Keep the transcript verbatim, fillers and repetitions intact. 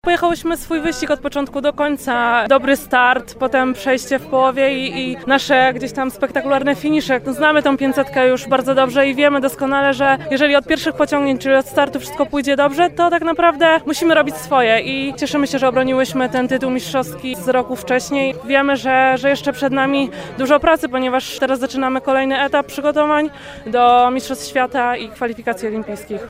Pojechałyśmy swój wyścig od początku do końca, dobry start, potem przejście w połowie i, i nasze gdzieś tam spektakularne finisze. Znamy tą pięćsetkę już bardzo dobrze i wiemy doskonale, że jeżeli od pierwszych pociągnięć, czyli od startu wszystko pójdzie dobrze, to tak naprawdę musimy robić swoje i cieszymy się, że obroniłyśmy ten tytuł mistrzowski z roku wcześniej. Wiemy, że, że jeszcze przed nami dużo pracy, ponieważ teraz zaczynamy kolejny etap przygotowań do Mistrzostw Świata i kwalifikacji olimpijskich.